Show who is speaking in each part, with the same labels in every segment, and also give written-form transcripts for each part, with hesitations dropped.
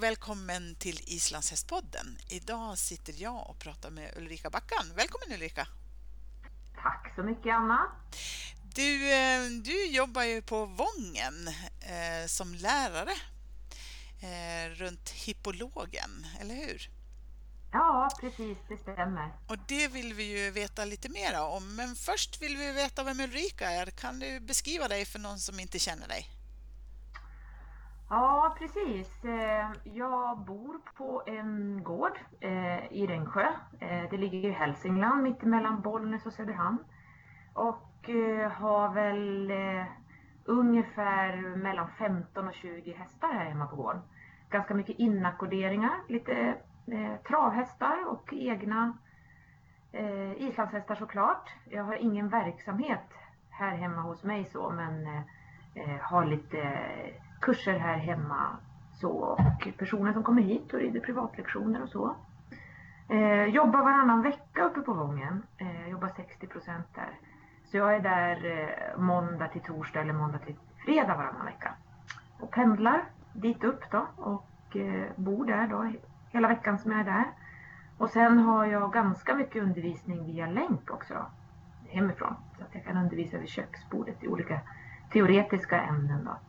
Speaker 1: och välkommen till Islandshästpodden. Idag sitter jag och pratar med Ulrika Backan. Välkommen Ulrika!
Speaker 2: Tack så mycket Anna!
Speaker 1: Du jobbar ju på Vången som lärare runt hippologen, eller hur?
Speaker 2: Ja, precis, det stämmer.
Speaker 1: Och det vill vi ju veta lite mer om. Men först vill vi veta vem Ulrika är. Kan du beskriva dig för någon som inte känner dig?
Speaker 2: Ja, precis. Jag bor på en gård i Rengsjö. Det ligger i Hälsingland, mitt emellan Bollnäs och Söderhamn. Och har väl ungefär mellan 15 och 20 hästar här hemma på gården. Ganska mycket inackorderingar, lite travhästar och egna islandshästar såklart. Jag har ingen verksamhet här hemma hos mig så, men har lite kurser här hemma så, och personer som kommer hit och rider privatlektioner och så. Jobbar varannan vecka uppe på Vången. Jobbar 60% där. Så jag är där måndag till torsdag eller måndag till fredag varannan vecka. Och pendlar dit upp då och bor där då hela veckan som jag är där. Och sen har jag ganska mycket undervisning via länk också då, hemifrån. Så att jag kan undervisa vid köksbordet i olika teoretiska ämnen då.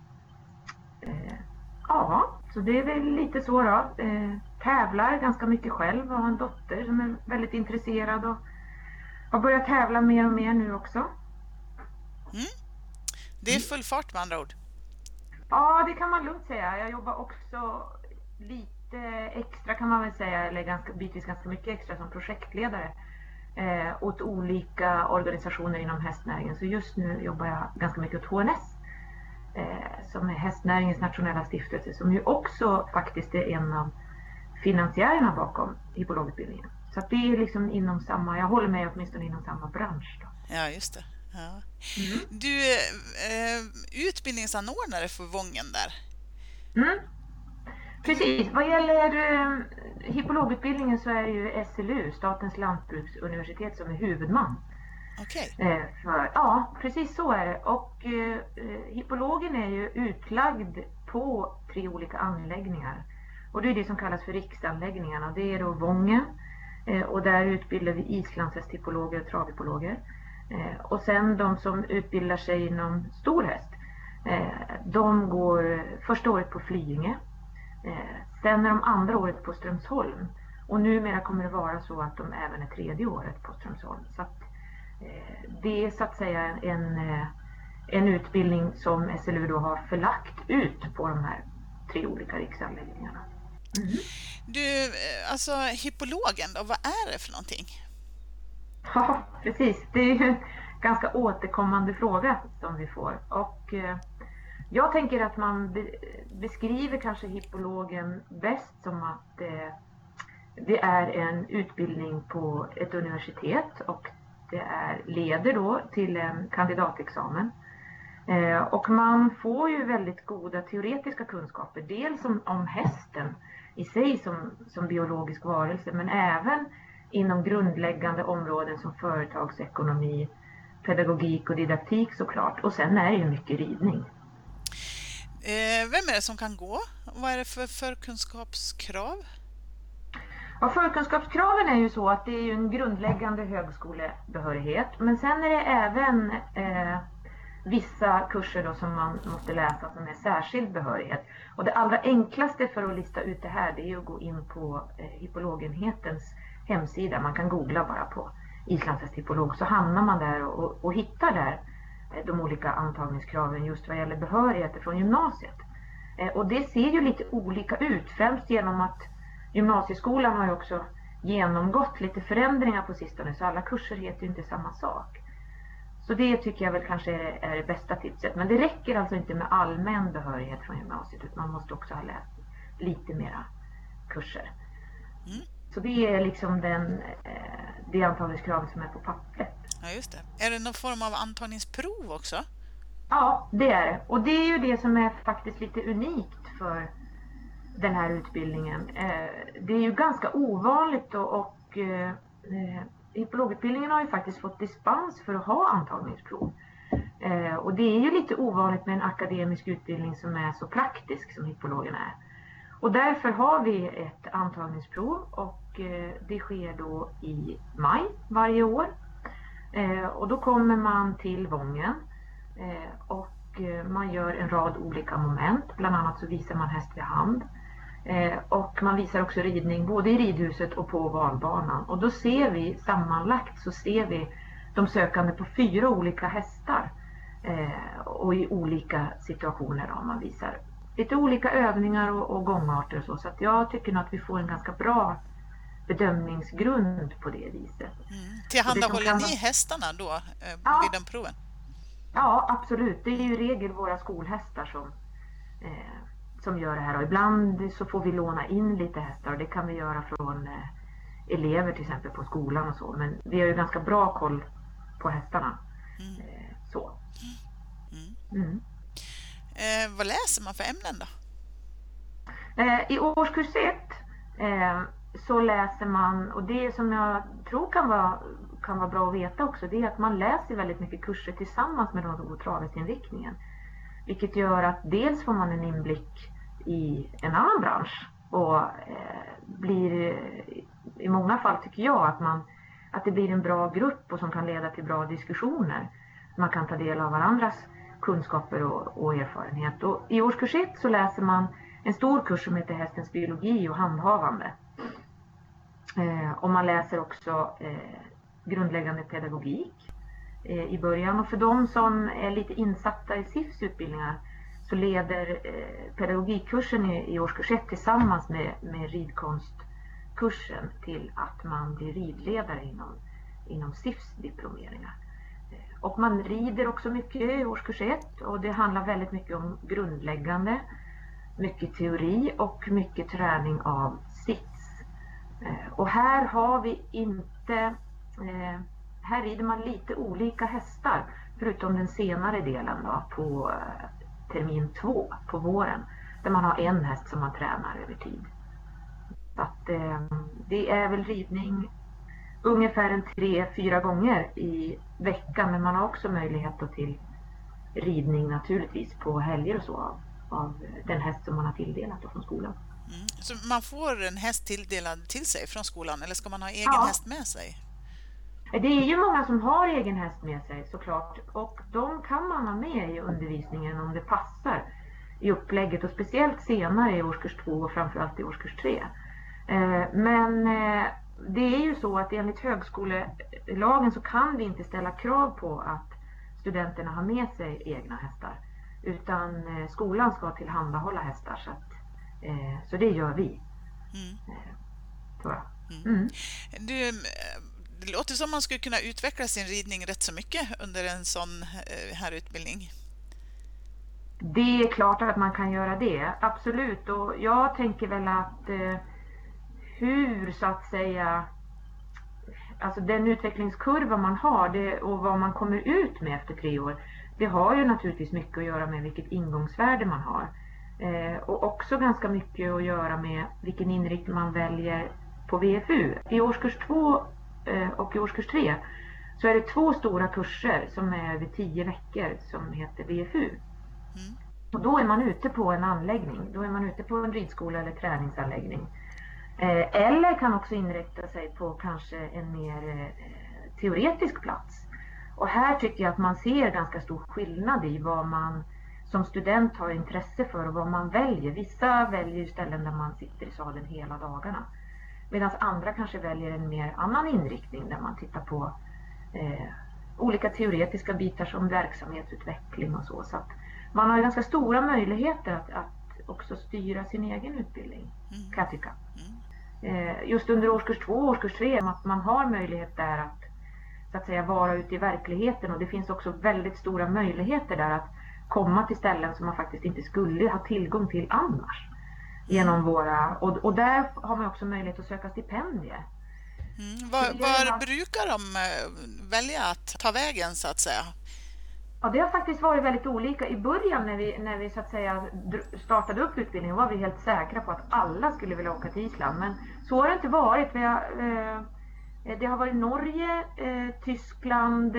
Speaker 2: Ja, så det är väl lite så då. Tävlar ganska mycket själv och har en dotter som är väldigt intresserad och har börjat tävla mer och mer nu också.
Speaker 1: Det är full fart med andra ord.
Speaker 2: Ja, det kan man lugnt säga. Jag jobbar också lite extra kan man väl säga, eller bitvis ganska mycket extra som projektledare åt olika organisationer inom hästnäringen. Så just nu jobbar jag ganska mycket åt HNS som är hästnäringens nationella stiftelse, som ju också faktiskt är en av finansiärerna bakom hippologutbildningen. Så att det är liksom inom samma, jag håller mig åtminstone inom samma bransch då.
Speaker 1: Ja, just det. Ja. Du utbildningsanordnare för Vången där.
Speaker 2: Precis, vad gäller hippologutbildningen så är det ju SLU, Statens lantbruksuniversitet, som är huvudman.
Speaker 1: Okej.
Speaker 2: Ja, precis så är det. Och hippologen är ju utlagd på 3 olika anläggningar. Och det är det som kallas för riksanläggningarna. Det är då Vången, och där utbildar vi islandshästhippologer och travhippologer. Och sen de som utbildar sig inom storhäst, de går första året på Flyinge. Sen är de andra året på Strömsholm. Och numera kommer det vara så att de även är 3:e året på Strömsholm. Så att det är så att säga en utbildning som SLU då har förlagt ut på de här 3 olika riksanläggningarna.
Speaker 1: Du, alltså hippologen då, vad är det för någonting?
Speaker 2: Ja, precis. Det är ju en ganska återkommande fråga som vi får. Och jag tänker att man beskriver kanske hippologen bäst som att det är en utbildning på ett universitet, och det leder då till en kandidatexamen. Och man får ju väldigt goda teoretiska kunskaper, dels om hästen i sig som biologisk varelse, men även inom grundläggande områden som företagsekonomi, pedagogik och didaktik såklart. Och sen är det ju mycket ridning.
Speaker 1: Vem är det som kan gå? Vad är det för förkunskapskrav?
Speaker 2: Ja, förkunskapskraven är ju så att det är ju en grundläggande högskolebehörighet. Men sen är det även vissa kurser då som man måste läsa som är särskild behörighet. Och det allra enklaste för att lista ut det här, det är att gå in på hippologenhetens hemsida. Man kan googla bara på islandshästhippolog, så hamnar man där och hittar där de olika antagningskraven just vad gäller behörigheter från gymnasiet. Och det ser ju lite olika ut, främst genom att gymnasieskolan har ju också genomgått lite förändringar på sistone, så alla kurser heter ju inte samma sak. Så det tycker jag väl kanske är det bästa tipset. Men det räcker alltså inte med allmän behörighet från gymnasiet, utan man måste också ha läst lite mera kurser. Så det är liksom det antagningskravet som är på pappret.
Speaker 1: Ja, just det. Är det någon form av antagningsprov också?
Speaker 2: Ja, det är det. Och det är ju det som är faktiskt lite unikt för den här utbildningen. Det är ju ganska ovanligt och hippologutbildningen har ju faktiskt fått dispens för att ha antagningsprov. Och det är ju lite ovanligt med en akademisk utbildning som är så praktisk som hippologen är. Och därför har vi ett antagningsprov och det sker då i maj varje år. Och då kommer man till Vången och man gör en rad olika moment. Bland annat så visar man häst vid hand. Och man visar också ridning både i ridhuset och på valbanan. Och då ser vi sammanlagt så ser vi de sökande på 4 olika hästar. Och i olika situationer då, man visar lite olika övningar och gångarter och så. Så att jag tycker nog att vi får en ganska bra bedömningsgrund på det viset.
Speaker 1: Tillhandahåller ni hästarna då vid den proven?
Speaker 2: Ja, absolut. Det är ju i regel våra skolhästar som gör det här. Och ibland så får vi låna in lite hästar och det kan vi göra från elever till exempel på skolan och så. Men vi har ju ganska bra koll på hästarna. Så.
Speaker 1: Vad läser man för ämnen då?
Speaker 2: I årskurs 1 så läser man, och det som jag tror kan vara bra att veta också, det är att man läser väldigt mycket kurser tillsammans med de som travisinriktningen. Vilket gör att dels får man en inblick i en annan bransch och blir i många fall tycker jag att det blir en bra grupp och som kan leda till bra diskussioner. Man kan ta del av varandras kunskaper och erfarenhet. Och i årskurs 1 så läser man en stor kurs som heter Hästens biologi och handhavande. Och man läser också grundläggande pedagogik i början. Och för de som är lite insatta i SIFs utbildningar så leder pedagogikkursen i årskurs 1 tillsammans med ridkonstkursen till att man blir ridledare inom SIFs diplomeringar. Och man rider också mycket i årskurs 1 och det handlar väldigt mycket om grundläggande, mycket teori och mycket träning av sits. Och här har vi inte, här rider man lite olika hästar förutom den senare delen då, på termin 2 på våren. Där man har en häst som man tränar över tid. Så att det är väl ridning ungefär 3-4 gånger i veckan. Men man har också möjlighet till ridning naturligtvis på helger och så av den häst som man har tilldelat från skolan.
Speaker 1: Så man får en häst tilldelad till sig från skolan eller ska man ha egen häst med sig?
Speaker 2: Det är ju många som har egen häst med sig såklart och de kan man ha med i undervisningen om det passar i upplägget och speciellt senare i årskurs 2 och framförallt i årskurs 3. Men det är ju så att enligt högskolelagen så kan vi inte ställa krav på att studenterna har med sig egna hästar utan skolan ska tillhandahålla hästar så det gör vi. Tror jag.
Speaker 1: Det låter som man skulle kunna utveckla sin ridning rätt så mycket under en sån här utbildning.
Speaker 2: Det är klart att man kan göra det, absolut. Och jag tänker väl att hur så att säga, alltså den utvecklingskurva man har och vad man kommer ut med efter 3 år, det har ju naturligtvis mycket att göra med vilket ingångsvärde man har. Och också ganska mycket att göra med vilken inriktning man väljer på VFU. I årskurs 2 och i årskurs 3 så är det 2 stora kurser som är över 10 veckor som heter VFU. Och då är man ute på en anläggning, då är man ute på en ridskola eller träningsanläggning. Eller kan också inrikta sig på kanske en mer teoretisk plats. Och här tycker jag att man ser ganska stor skillnad i vad man som student har intresse för och vad man väljer. Vissa väljer ställen där man sitter i salen hela dagarna. Medan andra kanske väljer en mer annan inriktning där man tittar på olika teoretiska bitar som verksamhetsutveckling och så. Så att man har ganska stora möjligheter att också styra sin egen utbildning, kan jag tycka. Just under årskurs 2 och årskurs 3 att man har möjlighet där att så att säga vara ute i verkligheten och det finns också väldigt stora möjligheter där att komma till ställen som man faktiskt inte skulle ha tillgång till annars. Genom våra, och där har man också möjlighet att söka stipendier.
Speaker 1: Var brukar de välja att ta vägen så att säga?
Speaker 2: Ja, det har faktiskt varit väldigt olika. I början när vi så att säga startade upp utbildningen var vi helt säkra på att alla skulle vilja åka till Island. Men så har det inte varit. Det har varit Norge, Tyskland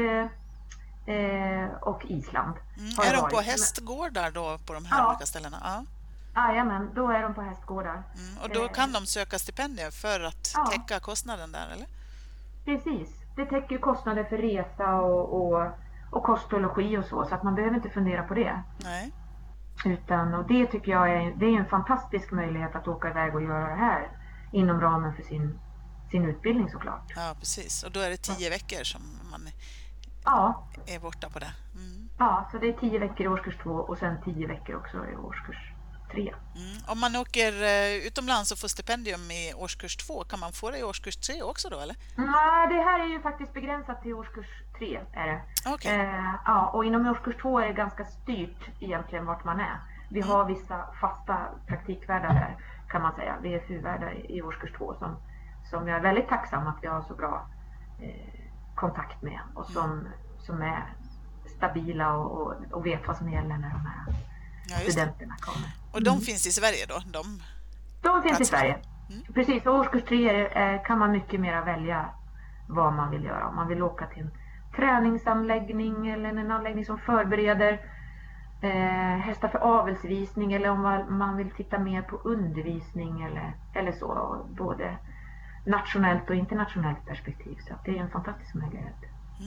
Speaker 2: och Island.
Speaker 1: Är de på hästgårdar då på de här olika ställena? Ja.
Speaker 2: Jajamän, då är de på hästgårdar.
Speaker 1: Och då kan de söka stipendier för att
Speaker 2: Ja,
Speaker 1: täcka kostnaden där, eller?
Speaker 2: precis. Det täcker kostnader för resa och kost och logi och så att man behöver inte fundera på det.
Speaker 1: Nej.
Speaker 2: Och det tycker jag det är en fantastisk möjlighet att åka iväg och göra det här inom ramen för sin utbildning såklart.
Speaker 1: Ja, precis. Och då är det 10 veckor som man
Speaker 2: Ja,
Speaker 1: är borta på det.
Speaker 2: ja, så det är 10 veckor i årskurs 2 och sen 10 veckor också i årskurs 3.
Speaker 1: Om man åker utomlands och får stipendium i årskurs 2, kan man få det i årskurs 3 också då, eller?
Speaker 2: Nej, det här är ju faktiskt begränsat till årskurs 3 är det.
Speaker 1: Okej.
Speaker 2: Ja, och inom årskurs 2 är det ganska styrt egentligen vart man är. Vi har vissa fasta praktikvärdar där kan man säga. VFU-värdar i årskurs 2 som jag är väldigt tacksam att vi har så bra kontakt med och som är stabila och vet vad som gäller när de här studenterna kommer.
Speaker 1: Och de finns i Sverige då?
Speaker 2: De finns i Sverige. Precis, och årskurs 3 kan man mycket mer välja vad man vill göra. Om man vill åka till en träningsanläggning eller en anläggning som förbereder hästar för avelsvisning, eller om man vill titta mer på undervisning eller så, både nationellt och internationellt perspektiv. Så det är en fantastisk möjlighet.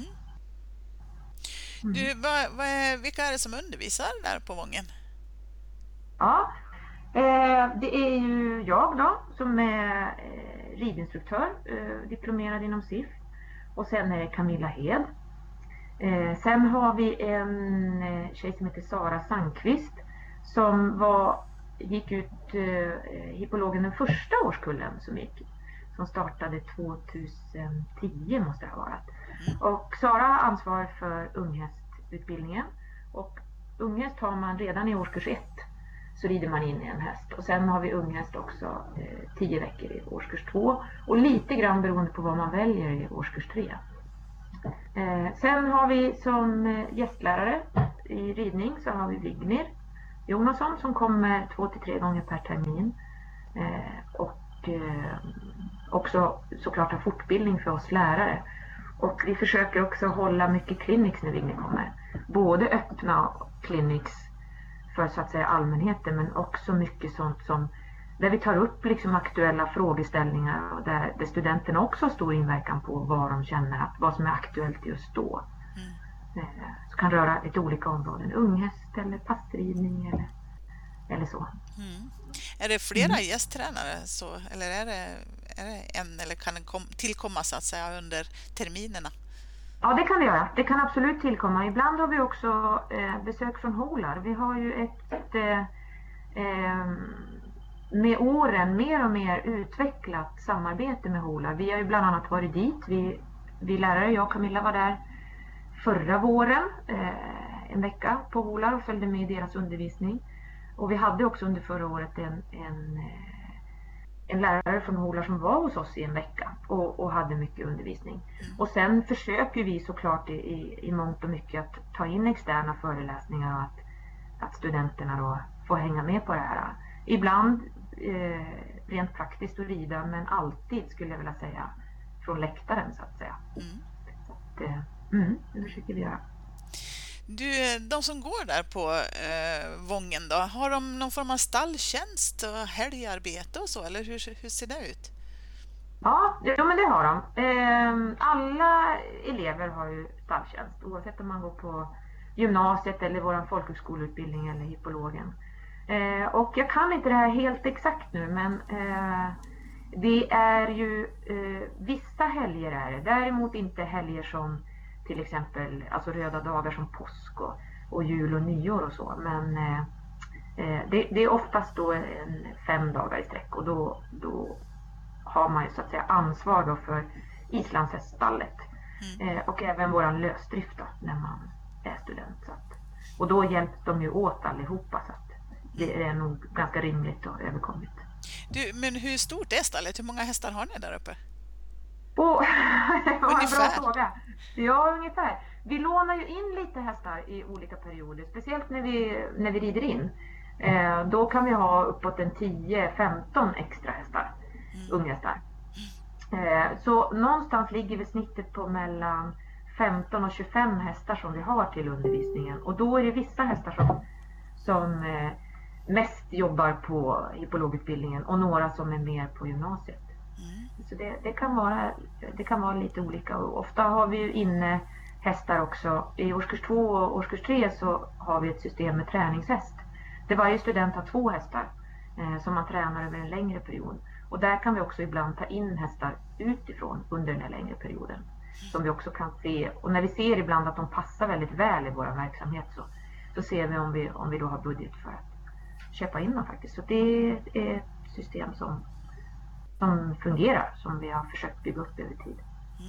Speaker 1: Du, vilka är det som undervisar där på Wången?
Speaker 2: Ja, det är ju jag då som är ridinstruktör, diplomerad inom SIF. Och sen är det Camilla Hed. Sen har vi en tjej som heter Sara Sandqvist som gick ut hippologen den första årskullen som startade 2010 måste det ha varit. Och Sara har ansvar för unghästutbildningen, och unghäst har man redan i årskurs 1, så rider man in i en häst, och sen har vi unghäst också 10 veckor i årskurs 2 och lite grann beroende på vad man väljer i årskurs 3. Sen har vi som gästlärare i ridning så har vi Vignir Jonasson som kommer 2 till 3 gånger per termin och också såklart ha fortbildning för oss lärare. Och vi försöker också hålla mycket clinics när Vignir kommer. Både öppna clinics för så att säga allmänheten, men också mycket sånt som där vi tar upp liksom aktuella frågeställningar och där studenterna också har stor inverkan på vad de känner, vad som är aktuellt just då. Så kan röra lite olika områden, unghäst eller passridning eller så.
Speaker 1: Är det flera gästtränare så, eller är det en, eller kan den tillkomma så att säga under terminerna?
Speaker 2: Ja, det kan det göra. Det kan absolut tillkomma. Ibland har vi också besök från holar. Vi har ju ett med åren mer och mer utvecklat samarbete med holar. Vi har ju bland annat varit dit. Vi lärare, jag och Camilla var där förra våren en vecka på holar och följde med i deras undervisning. Och vi hade också under förra året en lärare från holar som var hos oss i en vecka och hade mycket undervisning. Och sen försöker vi såklart i mångt och mycket att ta in externa föreläsningar och att studenterna då får hänga med på det här. Ibland rent praktiskt att rida, men alltid skulle jag vilja säga från läktaren så att säga. Så att, det försöker vi göra.
Speaker 1: Du, de som går där på Wången då, har de någon form av stalltjänst och helgarbete och så, eller hur ser det ut?
Speaker 2: Ja, men det har de. Alla elever har ju stalltjänst, oavsett om man går på gymnasiet eller vår folkhögskoleutbildning eller hippologen. Och jag kan inte det här helt exakt nu, men det är ju vissa helger är det. Däremot inte helger som till exempel alltså röda dagar som påsk och jul och nyår och så. Men det är oftast då 5 dagar i sträck, och då har man ju så att säga ansvar då för islandshäststallet. Och även våran lösdrift då, när man är student. Så att, och då hjälps de ju åt allihopa, så att det är nog ganska rimligt och överkomligt.
Speaker 1: Du, men hur stort är stallet? Hur många hästar har ni där uppe?
Speaker 2: Det var en bra
Speaker 1: Ungefär.
Speaker 2: fråga. Ja, ungefär. Vi lånar ju in lite hästar i olika perioder, speciellt när vi rider in. Då kan vi ha uppåt en 10-15 extra hästar, unghästar. Så någonstans ligger vi snittet på mellan 15 och 25 hästar som vi har till undervisningen. Och då är det vissa hästar som mest jobbar på hippologutbildningen och några som är mer på gymnasiet. Så det kan vara lite olika, och ofta har vi ju inne hästar också. I årskurs 2 och årskurs 3 så har vi ett system med träningshäst. Där varje student har 2 hästar som man tränar över en längre period. Och där kan vi också ibland ta in hästar utifrån under den här längre perioden. Som vi också kan se, och när vi ser ibland att de passar väldigt väl i vår verksamhet så ser vi om vi då har budget för att köpa in dem faktiskt. Så det är ett system som fungerar, som vi har försökt bygga upp över tid.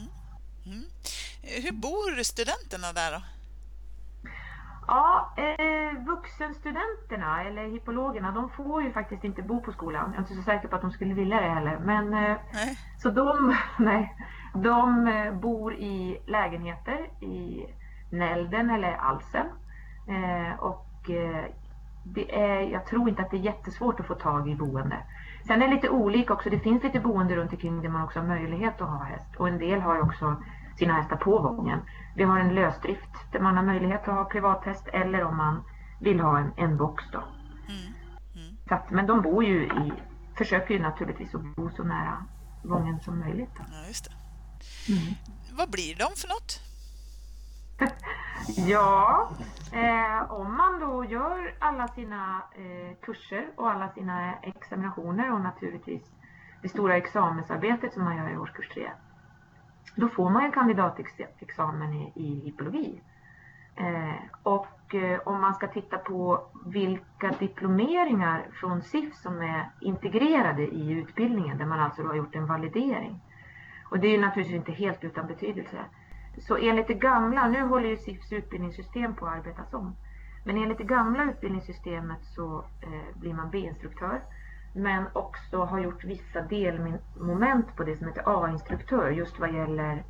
Speaker 1: Hur bor studenterna där då?
Speaker 2: Ja, vuxenstudenterna eller hippologerna, de får ju faktiskt inte bo på skolan. Jag är inte så säker på att de skulle vilja det heller. Men, så de bor i lägenheter i Nälden eller Alsen. Jag tror inte att det är jättesvårt att få tag i boende. Sen är det lite olika också. Det finns lite boende runt omkring där man också har möjlighet att ha häst. Och en del har ju också sina hästar på Vången. Vi har en lösdrift där man har möjlighet att ha privathäst, eller om man vill ha en box då. Så att, men de bor ju försöker ju naturligtvis att bo så nära Vången som möjligt då.
Speaker 1: Ja, just det. Vad blir de för något?
Speaker 2: Ja, om man då gör alla sina kurser och alla sina examinationer och naturligtvis det stora examensarbetet som man gör i årskurs 3, då får man en kandidatexamen i hippologi. Och om man ska titta på vilka diplomeringar från SIF som är integrerade i utbildningen, där man alltså har gjort en validering. Och det är ju naturligtvis inte helt utan betydelse. Så enligt det gamla, nu håller ju SIFs utbildningssystem på att arbetas om. Men enligt det gamla utbildningssystemet så blir man B-instruktör. Men också har gjort vissa delmoment på det som heter A-instruktör, just vad gäller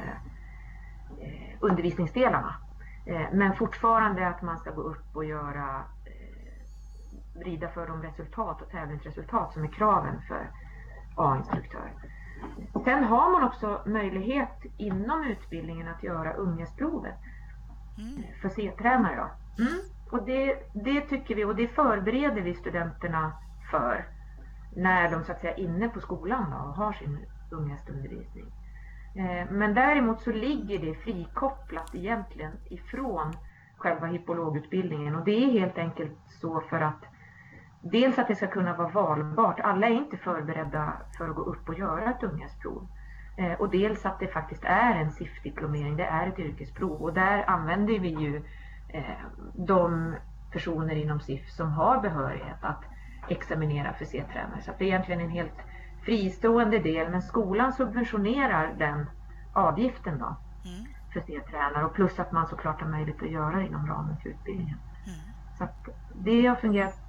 Speaker 2: undervisningsdelarna. Men fortfarande att man ska gå upp och vrida för de resultat och tävlingsresultat som är kraven för A-instruktör. Sen har man också möjlighet inom utbildningen att göra unghästprovet för C-tränare då. Och det tycker vi, och det förbereder vi studenterna för när de så att säga är inne på skolan då, och har sin unghästundervisning. Men däremot så ligger det frikopplat egentligen ifrån själva hippologutbildningen, och det är helt enkelt så för att dels att det ska kunna vara valbart. Alla är inte förberedda för att gå upp och göra ett unghästprov. Och dels att det faktiskt är en SIF-diplomering, det är ett yrkesprov. Och där använder vi ju de personer inom SIF som har behörighet att examinera för C-tränare. Så att det är egentligen en helt fristående del, men skolan subventionerar den avgiften då för C-tränare. Och plus att man såklart har möjlighet att göra inom ramen för utbildningen. Så att det har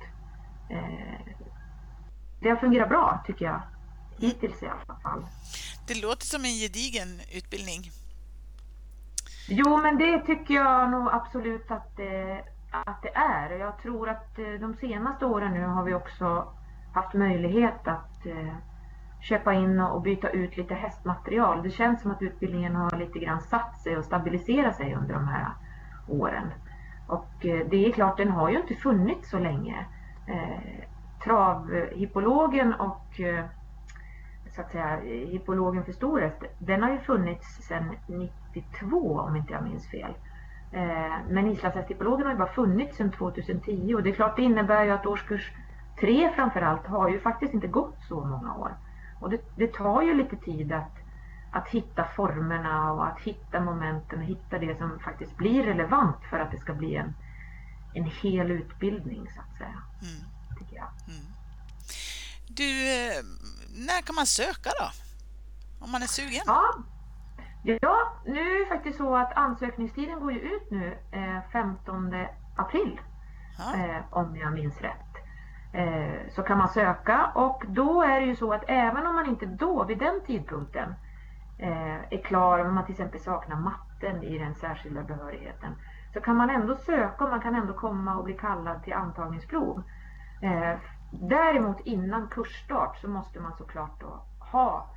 Speaker 2: fungerat bra tycker jag, hittills i alla fall.
Speaker 1: Det låter som en gedigen utbildning.
Speaker 2: Jo, men det tycker jag nog absolut att det är. Jag tror att de senaste åren nu har vi också haft möjlighet att köpa in och byta ut lite hästmaterial. Det känns som att utbildningen har lite grann satt sig och stabiliserat sig under de här åren. Och det är klart, den har ju inte funnits så länge. Travhippologen och så att säga hippologen för storhäst, den har ju funnits sedan 92 om inte jag minns fel. Men islandshästhippologen har ju bara funnits sedan 2010, och det är klart, det innebär ju att årskurs 3 framförallt har ju faktiskt inte gått så många år. Och det tar ju lite tid att hitta formerna och att hitta momenten och hitta det som faktiskt blir relevant för att det ska bli en hel utbildning så att säga. Tycker jag.
Speaker 1: Du, när kan man söka då? Om man är sugen?
Speaker 2: Ja, nu är det faktiskt så att ansökningstiden går ju ut nu 15 april. Om jag minns rätt. Så kan man söka, och då är det ju så att även om man inte då vid den tidpunkten är klar, om man till exempel saknar matten i den särskilda behörigheten, så kan man ändå söka och man kan ändå komma och bli kallad till antagningsprov. Däremot innan kursstart så måste man såklart då ha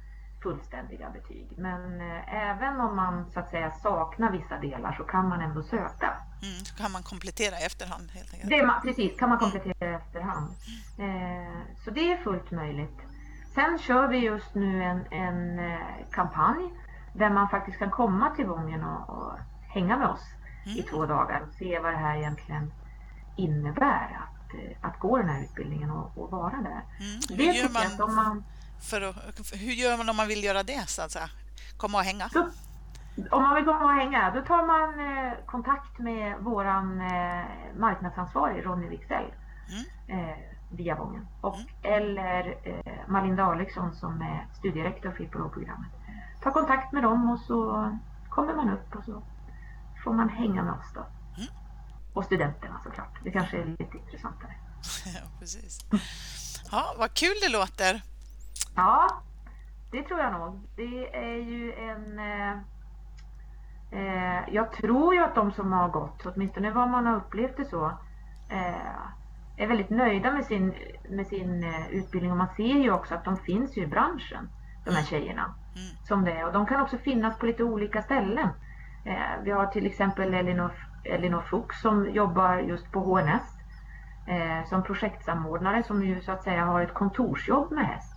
Speaker 2: fullständiga betyg. Men även om man så att säga saknar vissa delar så kan man ändå söka.
Speaker 1: Så kan man komplettera i efterhand helt enkelt.
Speaker 2: Precis, kan man komplettera i efterhand. Så det är fullt möjligt. Sen kör vi just nu en kampanj där man faktiskt kan komma till Wången och hänga med oss i 2 dagar och se vad det här egentligen innebär att gå den här utbildningen och vara där.
Speaker 1: Hur gör man om man vill göra det, så att säga? Komma och hänga?
Speaker 2: Om man vill komma och hänga, då tar man kontakt med våran marknadsansvarig Ronny Wicksell via Wången. Eller Malinda Alexson som är studierektor för hippologprogrammet. Ta kontakt med dem och så kommer man upp och så får man hänga med oss då. Och studenterna såklart. Det kanske är lite intressantare.
Speaker 1: Ja, precis. Ja, vad kul det låter.
Speaker 2: Ja, det tror jag nog. Det är ju jag tror ju att de som har gått, åtminstone vad man har upplevt det så, är väldigt nöjda med sin utbildning. Och man ser ju också att de finns ju i branschen, de här tjejerna. Som det är. Och de kan också finnas på lite olika ställen. Vi har till exempel Elinor Fuchs som jobbar just på HNS som projektsamordnare, som ju så att säga har ett kontorsjobb med häst.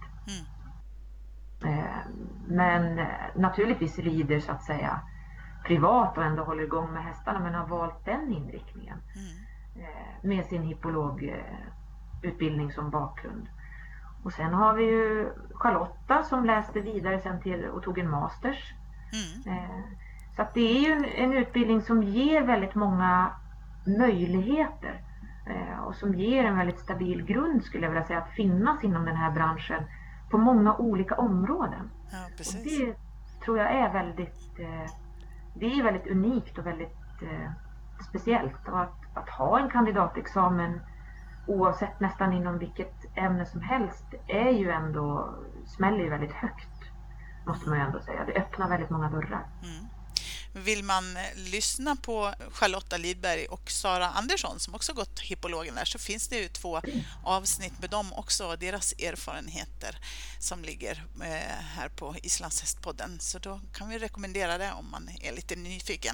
Speaker 2: Men naturligtvis rider så att säga privat och ändå håller igång med hästarna, men har valt den inriktningen med sin hippologutbildning som bakgrund. Och sen har vi ju Charlotta som läste vidare sen till och tog en masters. Så att det är ju en utbildning som ger väldigt många möjligheter och som ger en väldigt stabil grund, skulle jag vilja säga, att finnas inom den här branschen på många olika områden.
Speaker 1: Ja, precis.
Speaker 2: Och det tror jag är väldigt unikt och väldigt speciellt. Och att ha en kandidatexamen oavsett nästan inom vilket ämne som helst är ju ändå, smäller ju väldigt högt, måste man ju ändå säga. Det öppnar väldigt många dörrar.
Speaker 1: Vill man lyssna på Charlotta Lidberg och Sara Andersson som också gått hippologen där, så finns det ju 2 avsnitt med dem också, deras erfarenheter som ligger här på Islandshästpodden. Så då kan vi rekommendera det om man är lite nyfiken.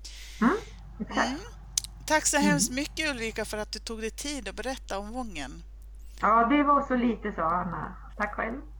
Speaker 1: Tack så hemskt mycket, Ulrika, för att du tog dig tid att berätta om Wången.
Speaker 2: Ja, det var så lite, sa Anna. Tack själv.